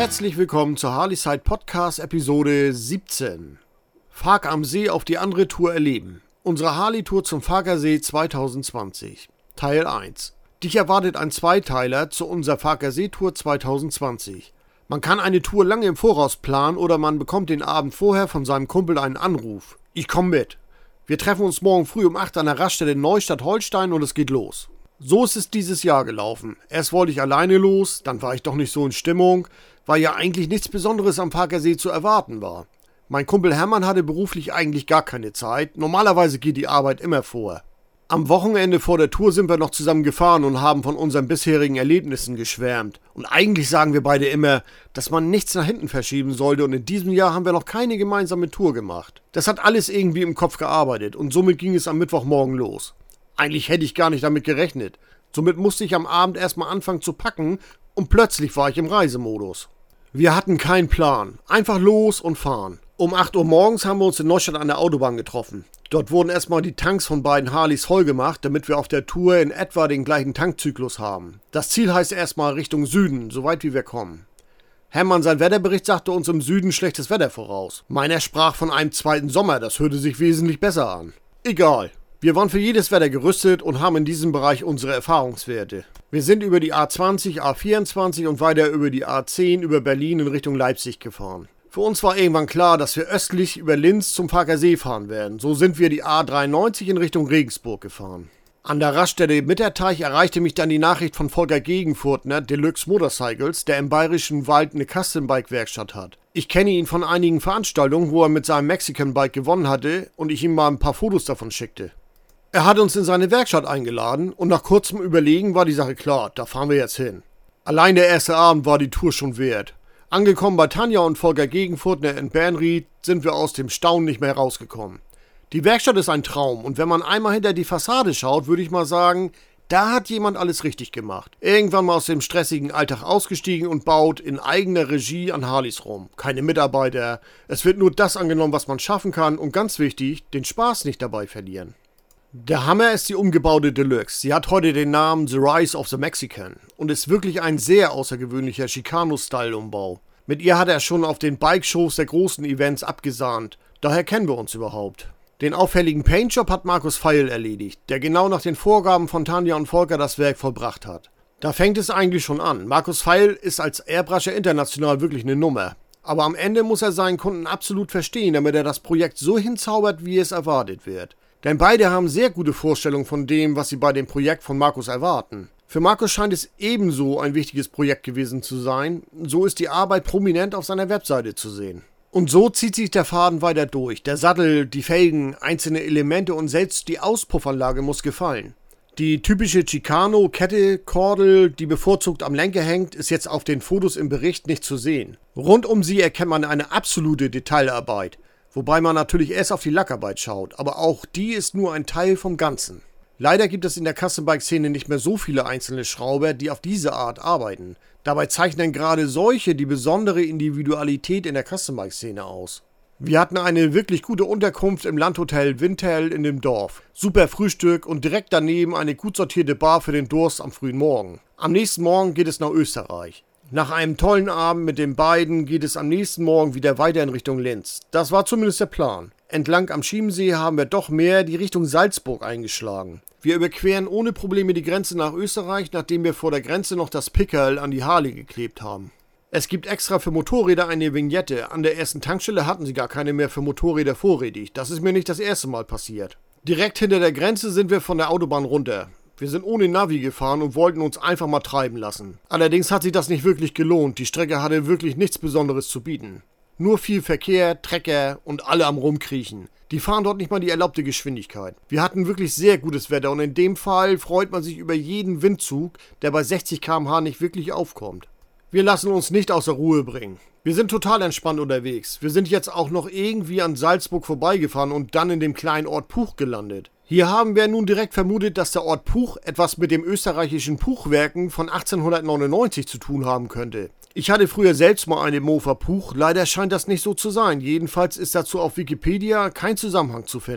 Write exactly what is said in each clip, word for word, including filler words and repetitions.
Herzlich willkommen zur Harleyside Podcast Episode siebzehn. Fark am See auf die andere Tour erleben. Unsere Harley-Tour zum Farkersee zwanzig zwanzig. Teil eins. Dich erwartet ein Zweiteiler zu unserer Farkersee-Tour zwanzig zwanzig. Man kann eine Tour lange im Voraus planen oder man bekommt den Abend vorher von seinem Kumpel einen Anruf. Ich komm mit. Wir treffen uns morgen früh um acht an der Raststätte Neustadt-Holstein und es geht los. So ist es dieses Jahr gelaufen. Erst wollte ich alleine los, dann war ich doch nicht so in Stimmung, weil ja eigentlich nichts Besonderes am Farkersee zu erwarten war. Mein Kumpel Hermann hatte beruflich eigentlich gar keine Zeit. Normalerweise geht die Arbeit immer vor. Am Wochenende vor der Tour sind wir noch zusammen gefahren und haben von unseren bisherigen Erlebnissen geschwärmt. Und eigentlich sagen wir beide immer, dass man nichts nach hinten verschieben sollte und in diesem Jahr haben wir noch keine gemeinsame Tour gemacht. Das hat alles irgendwie im Kopf gearbeitet und somit ging es am Mittwochmorgen los. Eigentlich hätte ich gar nicht damit gerechnet. Somit musste ich am Abend erstmal anfangen zu packen und plötzlich war ich im Reisemodus. Wir hatten keinen Plan. Einfach los und fahren. Um acht Uhr morgens haben wir uns in Neustadt an der Autobahn getroffen. Dort wurden erstmal die Tanks von beiden Harleys voll gemacht, damit wir auf der Tour in etwa den gleichen Tankzyklus haben. Das Ziel heißt erstmal Richtung Süden, so weit wie wir kommen. Hermann, sein Wetterbericht sagte uns im Süden schlechtes Wetter voraus. Meiner sprach von einem zweiten Sommer, das hörte sich wesentlich besser an. Egal. Wir waren für jedes Wetter gerüstet und haben in diesem Bereich unsere Erfahrungswerte. Wir sind über die A zwanzig, A vierundzwanzig und weiter über die A zehn über Berlin in Richtung Leipzig gefahren. Für uns war irgendwann klar, dass wir östlich über Linz zum Farkersee fahren werden. So sind wir die A dreiundneunzig in Richtung Regensburg gefahren. An der Raststätte Mitterteich erreichte mich dann die Nachricht von Volker Gegenfurtner, Deluxe Motorcycles, der im Bayerischen Wald eine Custom-Bike-Werkstatt hat. Ich kenne ihn von einigen Veranstaltungen, wo er mit seinem Mexican-Bike gewonnen hatte und ich ihm mal ein paar Fotos davon schickte. Er hat uns in seine Werkstatt eingeladen und nach kurzem Überlegen war die Sache klar, da fahren wir jetzt hin. Allein der erste Abend war die Tour schon wert. Angekommen bei Tanja und Volker Gegenfurtner in Bernried sind wir aus dem Staunen nicht mehr rausgekommen. Die Werkstatt ist ein Traum und wenn man einmal hinter die Fassade schaut, würde ich mal sagen, da hat jemand alles richtig gemacht. Irgendwann mal aus dem stressigen Alltag ausgestiegen und baut in eigener Regie an Harleys rum. Keine Mitarbeiter, es wird nur das angenommen, was man schaffen kann und ganz wichtig, den Spaß nicht dabei verlieren. Der Hammer ist die umgebaute Deluxe. Sie hat heute den Namen The Rise of the Mexican und ist wirklich ein sehr außergewöhnlicher Chicano-Style-Umbau. Mit ihr hat er schon auf den Bike-Shows der großen Events abgesahnt. Daher kennen wir uns überhaupt. Den auffälligen Paintjob hat Markus Feil erledigt, der genau nach den Vorgaben von Tanja und Volker das Werk vollbracht hat. Da fängt es eigentlich schon an. Markus Feil ist als Airbrusher international wirklich eine Nummer. Aber am Ende muss er seinen Kunden absolut verstehen, damit er das Projekt so hinzaubert, wie es erwartet wird. Denn beide haben sehr gute Vorstellungen von dem, was sie bei dem Projekt von Markus erwarten. Für Markus scheint es ebenso ein wichtiges Projekt gewesen zu sein, so ist die Arbeit prominent auf seiner Webseite zu sehen. Und so zieht sich der Faden weiter durch. Der Sattel, die Felgen, einzelne Elemente und selbst die Auspuffanlage muss gefallen. Die typische Chicano-Kette, Kordel, die bevorzugt am Lenker hängt, ist jetzt auf den Fotos im Bericht nicht zu sehen. Rund um sie erkennt man eine absolute Detailarbeit. Wobei man natürlich erst auf die Lackarbeit schaut, aber auch die ist nur ein Teil vom Ganzen. Leider gibt es in der Custom-Bike-Szene nicht mehr so viele einzelne Schrauber, die auf diese Art arbeiten. Dabei zeichnen gerade solche die besondere Individualität in der Custom-Bike-Szene aus. Wir hatten eine wirklich gute Unterkunft im Landhotel Windhell in dem Dorf. Super Frühstück und direkt daneben eine gut sortierte Bar für den Durst am frühen Morgen. Am nächsten Morgen geht es nach Österreich. Nach einem tollen Abend mit den beiden geht es am nächsten Morgen wieder weiter in Richtung Linz. Das war zumindest der Plan. Entlang am Schiemensee haben wir doch mehr die Richtung Salzburg eingeschlagen. Wir überqueren ohne Probleme die Grenze nach Österreich, nachdem wir vor der Grenze noch das Pickerl an die Harley geklebt haben. Es gibt extra für Motorräder eine Vignette. An der ersten Tankstelle hatten sie gar keine mehr für Motorräder vorrätig. Das ist mir nicht das erste Mal passiert. Direkt hinter der Grenze sind wir von der Autobahn runter. Wir sind ohne Navi gefahren und wollten uns einfach mal treiben lassen. Allerdings hat sich das nicht wirklich gelohnt. Die Strecke hatte wirklich nichts Besonderes zu bieten. Nur viel Verkehr, Trecker und alle am Rumkriechen. Die fahren dort nicht mal die erlaubte Geschwindigkeit. Wir hatten wirklich sehr gutes Wetter und in dem Fall freut man sich über jeden Windzug, der bei sechzig Kilometer pro Stunde nicht wirklich aufkommt. Wir lassen uns nicht außer Ruhe bringen. Wir sind total entspannt unterwegs. Wir sind jetzt auch noch irgendwie an Salzburg vorbeigefahren und dann in dem kleinen Ort Puch gelandet. Hier haben wir nun direkt vermutet, dass der Ort Puch etwas mit dem österreichischen Puchwerken von achtzehnhundertneunundneunzig zu tun haben könnte. Ich hatte früher selbst mal eine Mofa Puch, leider scheint das nicht so zu sein. Jedenfalls ist dazu auf Wikipedia kein Zusammenhang zu finden.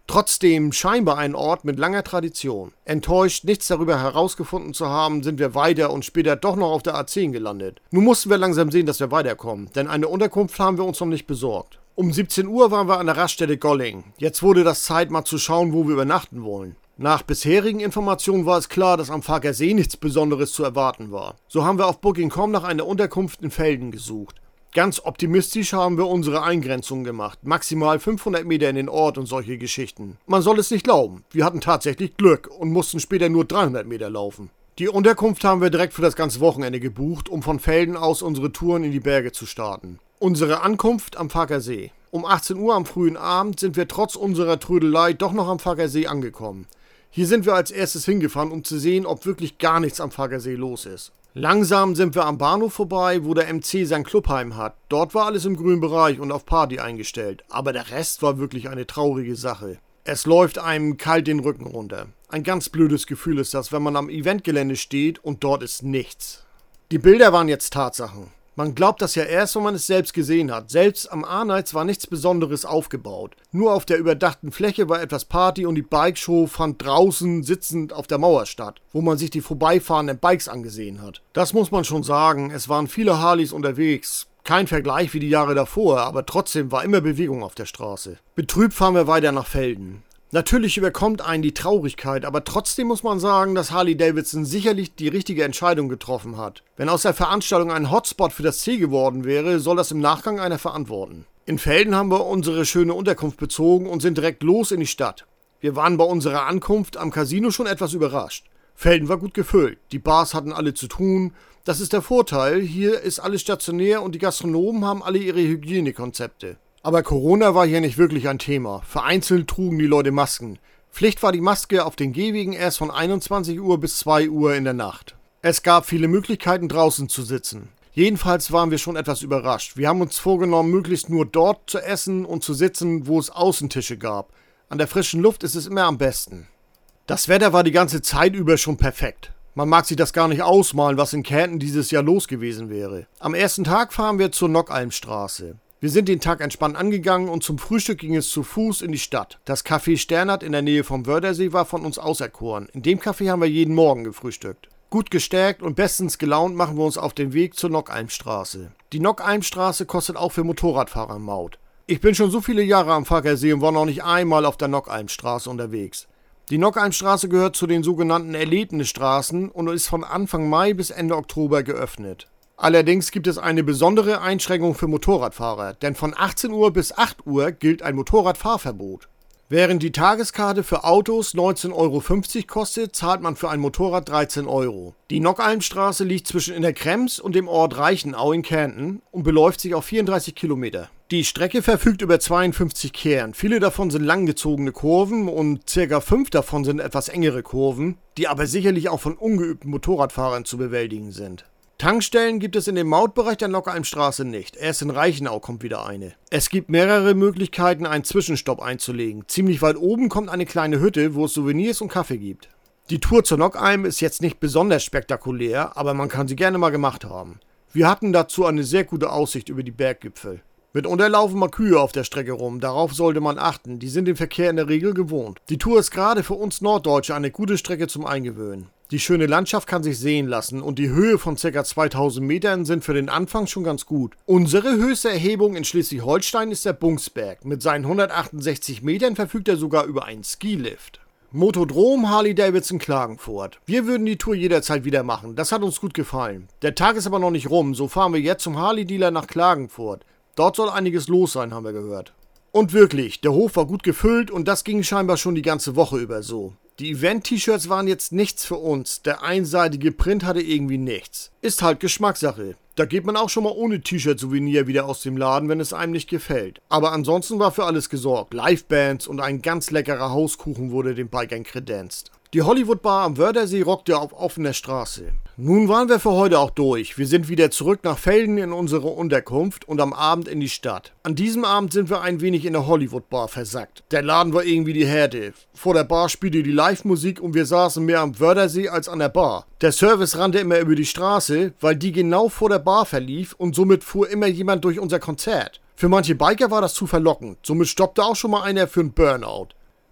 Trotzdem scheinbar ein Ort mit langer Tradition. Enttäuscht, nichts darüber herausgefunden zu haben, sind wir weiter und später doch noch auf der A zehn gelandet. Nun mussten wir langsam sehen, dass wir weiterkommen, denn eine Unterkunft haben wir uns noch nicht besorgt. Um siebzehn Uhr waren wir an der Raststätte Golling. Jetzt wurde das Zeit, mal zu schauen, wo wir übernachten wollen. Nach bisherigen Informationen war es klar, dass am Farker See nichts Besonderes zu erwarten war. So haben wir auf Booking Punkt com nach einer Unterkunft in Velden gesucht. Ganz optimistisch haben wir unsere Eingrenzung gemacht. Maximal fünfhundert Meter in den Ort und solche Geschichten. Man soll es nicht glauben. Wir hatten tatsächlich Glück und mussten später nur dreihundert Meter laufen. Die Unterkunft haben wir direkt für das ganze Wochenende gebucht, um von Velden aus unsere Touren in die Berge zu starten. Unsere Ankunft am Farker See. Um achtzehn Uhr am frühen Abend sind wir trotz unserer Trödelei doch noch am Farker See angekommen. Hier sind wir als erstes hingefahren, um zu sehen, ob wirklich gar nichts am Farker See los ist. Langsam sind wir am Bahnhof vorbei, wo der M C sein Clubheim hat. Dort war alles im grünen Bereich und auf Party eingestellt. Aber der Rest war wirklich eine traurige Sache. Es läuft einem kalt den Rücken runter. Ein ganz blödes Gefühl ist das, wenn man am Eventgelände steht und dort ist nichts. Die Bilder waren jetzt Tatsachen. Man glaubt das ja erst, wenn man es selbst gesehen hat. Selbst am A-Nights war nichts Besonderes aufgebaut. Nur auf der überdachten Fläche war etwas Party und die Bikeshow fand draußen sitzend auf der Mauer statt, wo man sich die vorbeifahrenden Bikes angesehen hat. Das muss man schon sagen, es waren viele Harleys unterwegs. Kein Vergleich wie die Jahre davor, aber trotzdem war immer Bewegung auf der Straße. Betrübt fahren wir weiter nach Velden. Natürlich überkommt einen die Traurigkeit, aber trotzdem muss man sagen, dass Harley-Davidson sicherlich die richtige Entscheidung getroffen hat. Wenn aus der Veranstaltung ein Hotspot für das Ziel geworden wäre, soll das im Nachgang einer verantworten. In Velden haben wir unsere schöne Unterkunft bezogen und sind direkt los in die Stadt. Wir waren bei unserer Ankunft am Casino schon etwas überrascht. Velden war gut gefüllt, die Bars hatten alle zu tun. Das ist der Vorteil, hier ist alles stationär und die Gastronomen haben alle ihre Hygienekonzepte. Aber Corona war hier nicht wirklich ein Thema. Vereinzelt trugen die Leute Masken. Pflicht war die Maske auf den Gehwegen erst von einundzwanzig Uhr bis zwei Uhr in der Nacht. Es gab viele Möglichkeiten draußen zu sitzen. Jedenfalls waren wir schon etwas überrascht. Wir haben uns vorgenommen, möglichst nur dort zu essen und zu sitzen, wo es Außentische gab. An der frischen Luft ist es immer am besten. Das Wetter war die ganze Zeit über schon perfekt. Man mag sich das gar nicht ausmalen, was in Kärnten dieses Jahr los gewesen wäre. Am ersten Tag fahren wir zur Nockalmstraße. Wir sind den Tag entspannt angegangen und zum Frühstück ging es zu Fuß in die Stadt. Das Café Sternert in der Nähe vom Wörthersee war von uns auserkoren. In dem Café haben wir jeden Morgen gefrühstückt. Gut gestärkt und bestens gelaunt machen wir uns auf den Weg zur Nockalmstraße. Die Nockalmstraße kostet auch für Motorradfahrer Maut. Ich bin schon so viele Jahre am Farker See und war noch nicht einmal auf der Nockalmstraße unterwegs. Die Nockalmstraße gehört zu den sogenannten Erlebnisstraßen und ist von Anfang Mai bis Ende Oktober geöffnet. Allerdings gibt es eine besondere Einschränkung für Motorradfahrer, denn von achtzehn Uhr bis acht Uhr gilt ein Motorradfahrverbot. Während die Tageskarte für Autos neunzehn Euro fünfzig kostet, zahlt man für ein Motorrad dreizehn Euro. Die Nockalmstraße liegt zwischen Innerkrems und dem Ort Reichenau in Kärnten und beläuft sich auf vierunddreißig Kilometer. Die Strecke verfügt über zweiundfünfzig Kehren. Viele davon sind langgezogene Kurven und circa fünf davon sind etwas engere Kurven, die aber sicherlich auch von ungeübten Motorradfahrern zu bewältigen sind. Tankstellen gibt es in dem Mautbereich der Nockalmstraße nicht. Erst in Reichenau kommt wieder eine. Es gibt mehrere Möglichkeiten, einen Zwischenstopp einzulegen. Ziemlich weit oben kommt eine kleine Hütte, wo es Souvenirs und Kaffee gibt. Die Tour zur Nockalm ist jetzt nicht besonders spektakulär, aber man kann sie gerne mal gemacht haben. Wir hatten dazu eine sehr gute Aussicht über die Berggipfel. Mitunter laufen mal Kühe auf der Strecke rum, darauf sollte man achten, die sind den Verkehr in der Regel gewohnt. Die Tour ist gerade für uns Norddeutsche eine gute Strecke zum Eingewöhnen. Die schöne Landschaft kann sich sehen lassen und die Höhe von ca. zweitausend Metern sind für den Anfang schon ganz gut. Unsere höchste Erhebung in Schleswig-Holstein ist der Bungsberg. Mit seinen hundertachtundsechzig Metern verfügt er sogar über einen Skilift. Motodrom Harley-Davidson Klagenfurt. Wir würden die Tour jederzeit wieder machen, das hat uns gut gefallen. Der Tag ist aber noch nicht rum, so fahren wir jetzt zum Harley-Dealer nach Klagenfurt. Dort soll einiges los sein, haben wir gehört. Und wirklich, der Hof war gut gefüllt und das ging scheinbar schon die ganze Woche über so. Die Event-T-Shirts waren jetzt nichts für uns, der einseitige Print hatte irgendwie nichts. Ist halt Geschmackssache. Da geht man auch schon mal ohne T-Shirt-Souvenir wieder aus dem Laden, wenn es einem nicht gefällt. Aber ansonsten war für alles gesorgt. Livebands und ein ganz leckerer Hauskuchen wurde den Bikern kredenzt. Die Hollywood Bar am Wörthersee rockte auf offener Straße. Nun waren wir für heute auch durch. Wir sind wieder zurück nach Velden in unsere Unterkunft und am Abend in die Stadt. An diesem Abend sind wir ein wenig in der Hollywood Bar versackt. Der Laden war irgendwie die Härte. Vor der Bar spielte die Live-Musik und wir saßen mehr am Wörthersee als an der Bar. Der Service rannte immer über die Straße, weil die genau vor der Bar verlief und somit fuhr immer jemand durch unser Konzert. Für manche Biker war das zu verlockend. Somit stoppte auch schon mal einer für einen Burnout.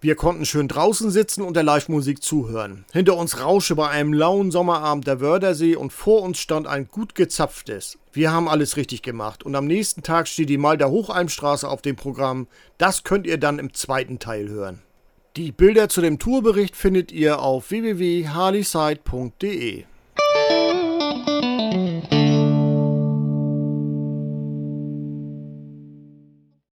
Wir konnten schön draußen sitzen und der Live-Musik zuhören. Hinter uns rauschte bei einem lauen Sommerabend der Wörthersee und vor uns stand ein gut gezapftes. Wir haben alles richtig gemacht und am nächsten Tag steht die Malter Hochalmstraße auf dem Programm. Das könnt ihr dann im zweiten Teil hören. Die Bilder zu dem Tourbericht findet ihr auf w w w punkt harleyside punkt de.